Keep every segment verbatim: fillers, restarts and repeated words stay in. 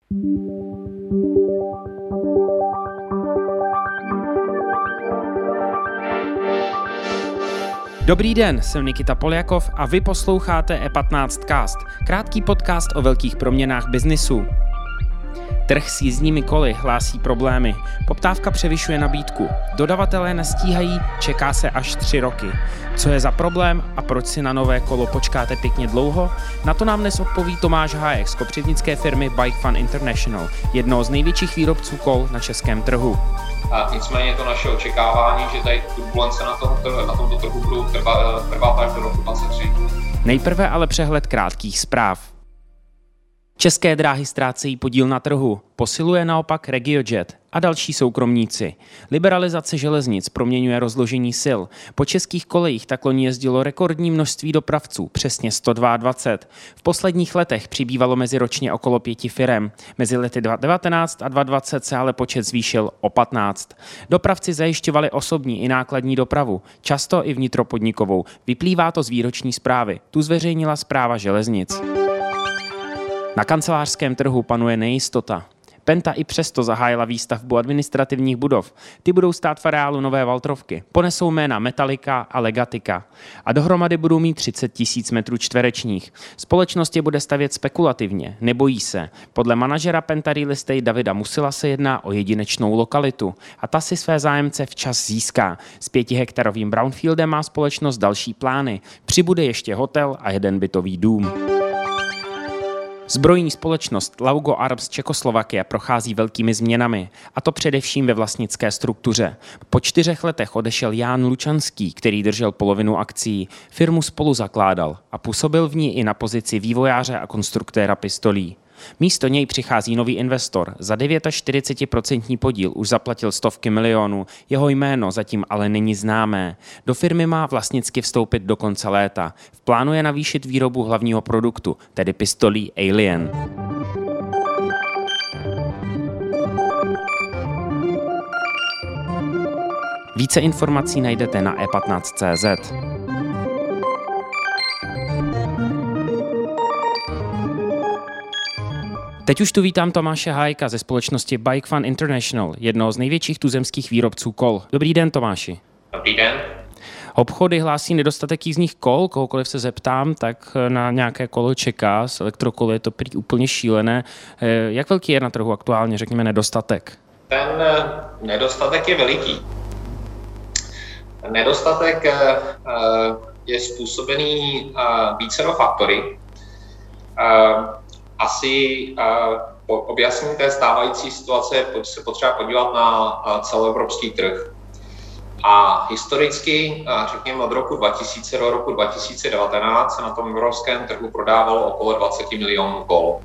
Dobrý den, jsem Nikita Poljakov a vy posloucháte E patnáct Cast, krátký podcast o velkých proměnách biznisu. Trh s jízdními koly hlásí problémy, poptávka převyšuje nabídku, dodavatelé nestíhají, čeká se až tři roky. Co je za problém a proč si na nové kolo počkáte pěkně dlouho? Na to nám dnes odpoví Tomáš Hájek z kopřivnické firmy Bike Fun International, jednoho z největších výrobců kol na českém trhu. A nicméně to naše očekávání, že tady turbulence na, tom, na tomto trhu budou trvat, trvat až do roku dvacet tři. Nejprve ale přehled krátkých zpráv. České dráhy ztrácejí podíl na trhu, posiluje naopak RegioJet a další soukromníci. Liberalizace železnic proměňuje rozložení sil. Po českých kolejích tak loni jezdilo rekordní množství dopravců, přesně sto dvacet dva. V posledních letech přibývalo meziročně okolo pěti firem. Mezi lety dva tisíce devatenáct a dva tisíce dvacet se ale počet zvýšil o patnáct. Dopravci zajišťovali osobní i nákladní dopravu, často i vnitropodnikovou. Vyplývá to z výroční zprávy. Tu zveřejnila Správa železnic. Na kancelářském trhu panuje nejistota. Penta i přesto zahájila výstavbu administrativních budov. Ty budou stát v areálu Nové Waltrovky. Ponesou jména Metallica a Legatica. A dohromady budou mít třicet tisíc metrů čtverečních. Společnost je bude stavět spekulativně, nebojí se. Podle manažera Penta Real Estate Davida Musila se jedná o jedinečnou lokalitu. A ta si své zájemce včas získá. S pětihektarovým brownfieldem má společnost další plány. Přibude ještě hotel a jeden bytový dům. Zbrojní společnost Laugo Arms Čekoslovakie prochází velkými změnami, a to především ve vlastnické struktuře. Po čtyřech letech odešel Ján Lučanský, který držel polovinu akcií, firmu spolu zakládal a působil v ní i na pozici vývojáře a konstruktéra pistolí. Místo něj přichází nový investor, za čtyřicet devět procent podíl už zaplatil stovky milionů, jeho jméno zatím ale není známé. Do firmy má vlastnicky vstoupit do konce léta. V plánu je navýšit výrobu hlavního produktu, tedy pistolí Alien. Více informací najdete na e patnáct tečka cé zet. Teď už tu vítám Tomáše Hájka ze společnosti Bike Fun International, jednoho z největších tuzemských výrobců kol. Dobrý den, Tomáši. Dobrý den. Obchody hlásí nedostatek jízdních kol, kohokoliv se zeptám, tak na nějaké kolo čeká, s elektrokoly je to prý úplně šílené. Jak velký je na trhu aktuálně, řekněme, nedostatek? Ten nedostatek je veliký. Nedostatek je způsobený vícero faktory. Asi po objasnění té stávající situace se potřeba podívat na celoevropský trh. A historicky, řekněme od roku dva tisíce do roku dva tisíce devatenáct, se na tom evropském trhu prodávalo okolo dvacet milionů kol.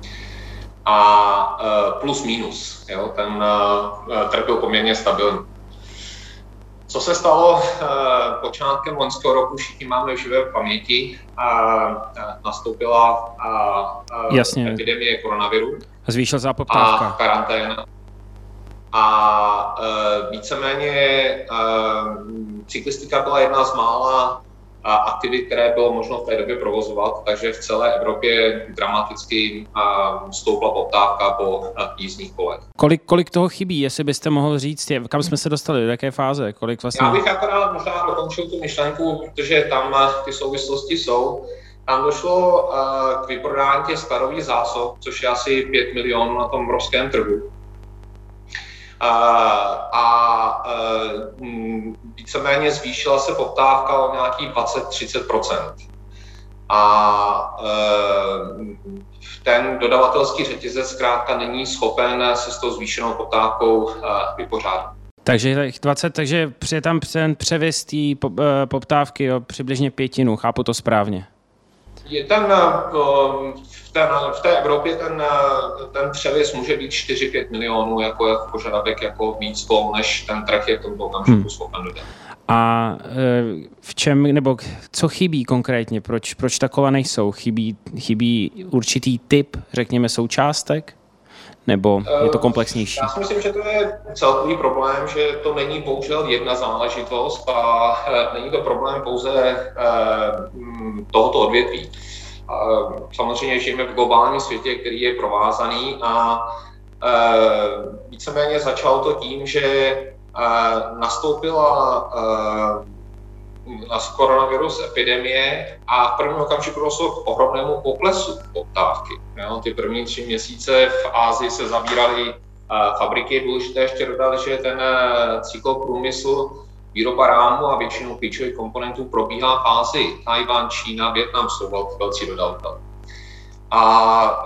A plus minus, jo, ten trh byl poměrně stabilní. Co se stalo počátkem loňského roku, všichni máme v živé paměti, nastoupila Jasně. epidemie koronaviru. Zvýšil se poptávka. A karanténa. A víceméně cyklistika byla jedna z mála aktivit, které bylo možno v té době provozovat, takže v celé Evropě dramaticky stoupla poptávka po jízdních kolech. Kolik, kolik toho chybí, jestli byste mohl říct, kam jsme se dostali, do jaké fáze? Kolik vlastně... Já bych akorát možná dokončil tu myšlenku, protože tam ty souvislosti jsou. Tam došlo k vyprodání těch skladových zásob, což je asi pět milionů na tom evropském trhu. A, a víceméně zvýšila se poptávka o nějakých dvacet až třicet procent. A ten dodavatelský řetězec zkrátka není schopen se s tou zvýšenou poptávkou vypořádat. Takže dvacet, takže je tam převis té poptávky o přibližně pětinu, chápu to správně? Je ten, v, ten, v té Evropě ten, ten převis může být čtyři až pět milionů jako, jako požadavek jako víc kol, než ten trh je v tomto okamžiku hmm. schopen dodat. A v čem, nebo co chybí konkrétně? Proč, proč ta kola nejsou? Chybí, chybí určitý typ, řekněme, součástek? Nebo je to komplexnější? Já si myslím, že to je celkový problém, že to není bohužel jedna záležitost a není to problém pouze tohoto odvětví. Samozřejmě žijeme v globálním světě, který je provázaný a víceméně začalo to tím, že nastoupila koronavirus epidemie a v prvním okamžiku došlo k ohromnému poklesu poptávky. Jo, ty první tři měsíce v Asii se zavíraly fabriky. Je důležité ještě dodat, že ten cykloprůmysl, výroba rámu a většinou klíčových komponentů probíhá v Asii. Tchaj-wan, Čína, Vietnam jsou velcí dodavatelé. A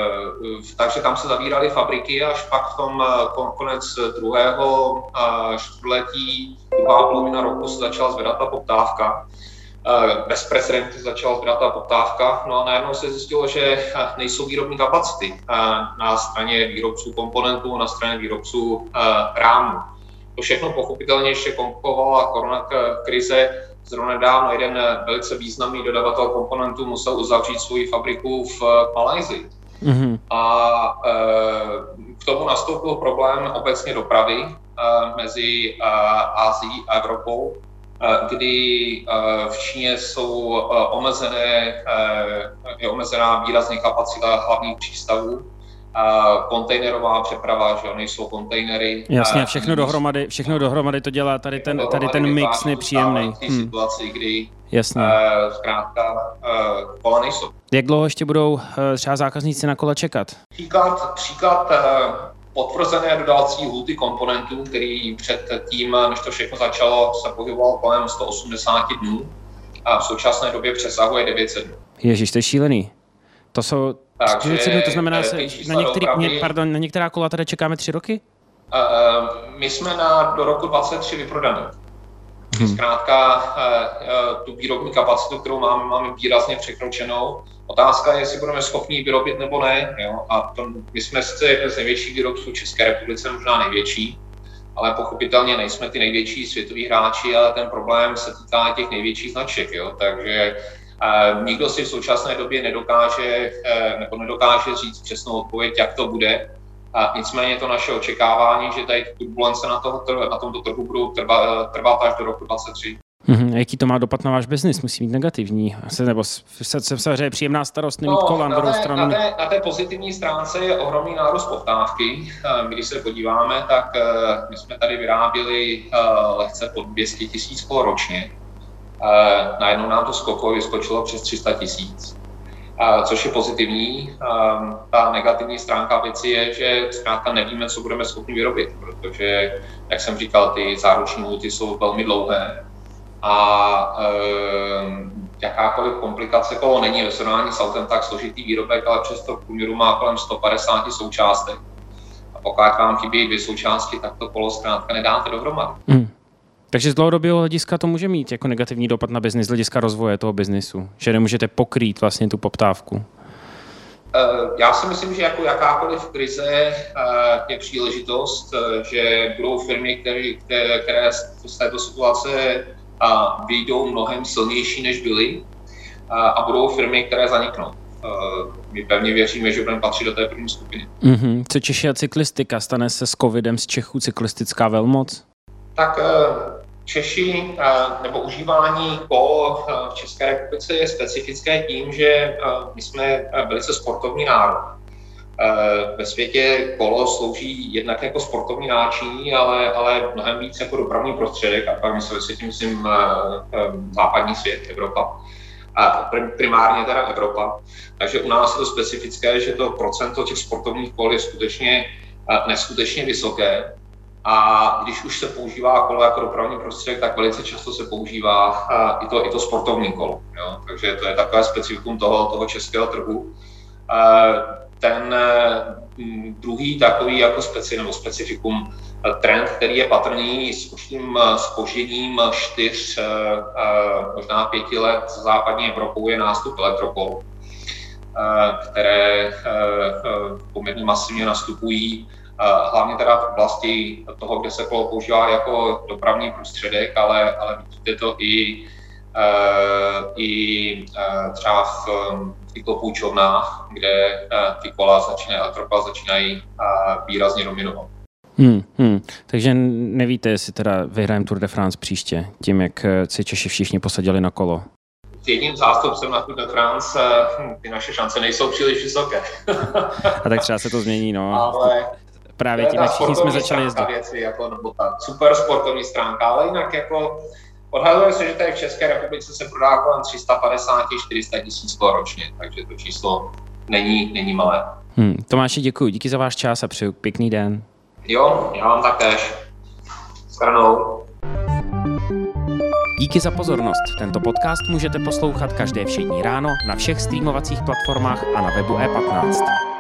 e, takže tam se zavíraly fabriky, až pak v tom konec druhého čtvrtletí, druhá polovina roku se začala zvedat ta poptávka. E, bezprecedentně začala zvedat ta poptávka, no a najednou se zjistilo, že nejsou výrobní kapacity na straně výrobců komponentů, na straně výrobců e, rámu. To všechno pochopitelně ještě komplikovala koronakrize. Zrovna nedávno jeden velice významný dodavatel komponentů musel uzavřít svoji fabriku v Malajsii. Mm-hmm. A e, k tomu nastoupil problém obecně dopravy e, mezi e, Asií a Evropou, e, kdy e, v Číně jsou e, omezené, e, je omezená výrazně kapacita hlavních přístavů. Uh, kontejnerová přeprava, že nejsou kontejnery. Jasně, všechno dohromady, všechno dohromady to dělá tady ten, tady ten mix nepříjemný. V hmm. situaci, kdy Jasně. Uh, zkrátka uh, kola nejsou. Jak dlouho ještě budou uh, třeba zákazníci na kola čekat? Příklad, příklad uh, potvrzené dodávací lhůty komponentů, který před tím, než to všechno začalo, se pohyboval kolem sto osmdesát dnů a v současné době přesahuje devět set dnů. Ježiš, to je šílený. To jsou Takže, to znamená, že na, některý, opravdu, pardon, na některá kola tady čekáme tři roky? Uh, my jsme na, do roku dvacet tři vyprodaný. Hmm. Zkrátka uh, tu výrobní kapacitu, kterou máme, máme výrazně překročenou. Otázka je, jestli budeme schopni vyrobit nebo ne. Jo? A to, my jsme sice jeden z největších výrobců v České republice, možná největší, ale pochopitelně nejsme ty největší světoví hráči, ale ten problém se týká těch největších značek. Jo? Takže Uh, nikdo si v současné době nedokáže uh, nebo nedokáže říct přesnou odpověď, jak to bude. Uh, nicméně to naše očekávání, že tady turbulence na, toho, na tomto trhu budou trvat, trvat až do roku dvacet tři. Mm-hmm. A jaký to má dopad na váš biznis? Musí být negativní? Se, nebo se, se, se příjemná starost nemít no, kola na druhou stranu? Na té, na té pozitivní stránce je ohromný nárůst poptávky. Uh, když se podíváme, tak uh, my jsme tady vyráběli uh, lehce pod dvě stě tisíc kol ročně. Uh, najednou nám to skokově vyskočilo přes tři sta tisíc, uh, což je pozitivní. Um, ta negativní stránka věci je, že zkrátka nevíme, co budeme schopni vyrobit, protože, jak jsem říkal, ty záruční lhůty jsou velmi dlouhé a um, jakákoliv komplikace, kolo není ve srovnání s autem tak složitý výrobek, ale přesto v průměru má kolem sto padesát součástek. A pokud vám chybí dvě součástky, tak to kolo zkrátka nedáte dohromady. Mm. Takže z dlouhodobého hlediska to může mít jako negativní dopad na biznis, z hlediska rozvoje toho biznisu, že nemůžete pokrýt vlastně tu poptávku. Já si myslím, že jako jakákoliv krize je příležitost, že budou firmy, které, které z této situace vyjdou mnohem silnější, než byly, a budou firmy, které zaniknou. My pevně věříme, že budeme patřit do té první skupiny. Mm-hmm. Co Češi a cyklistika? Stane se s covidem z Čechů cyklistická velmoc? Tak Češi nebo užívání kol v České republice je specifické tím, že my jsme velice sportovní národ. Ve světě kolo slouží jednak jako sportovní náčiní, ale, ale mnohem víc jako dopravní prostředek, a pak myslím, ve světě myslím západní svět, Evropa. A primárně teda Evropa. Takže u nás je to specifické, že to procento těch sportovních kol je skutečně neskutečně vysoké. A když už se používá kolo jako dopravní prostředek, tak velice často se používá i to, i to sportovní kolo. Jo? Takže to je takové specifikum toho, toho českého trhu. Ten druhý takový jako speci, nebo specifikum trend, který je patrný s určitým zpožděním čtyř, možná pěti let za západní Evropou, je nástup elektrokol, které poměrně masivně nastupují, hlavně teda v oblasti toho, kde se kolo používá jako dopravní prostředek, ale, ale vidíte to i, i třeba v cyklopůjčovnách, kde ty kola začínají, elektrokola začínají výrazně dominovat. Hmm, hmm. Takže nevíte, jestli teda vyhrajeme Tour de France příště, tím, jak se Češi všichni posadili na kolo? s jedním zástupcem na Tour de France hm, ty naše šance nejsou příliš vysoké. A tak třeba se to změní, no. Ale právě tím, jak všichni jsme začali jezdit. Věci, jako, nebo ta super sportovní stránka, ale jinak jako odhaduje se, že tady v České republice se prodá kolem tři sta padesát až čtyři sta tisíc ročně, takže to číslo není, není malé. Hmm, Tomáši, děkuji, díky za váš čas a přeju pěkný den. Jo, já vám taktéž. Shledanou. Díky za pozornost. Tento podcast můžete poslouchat každé všední ráno na všech streamovacích platformách a na webu E patnáct.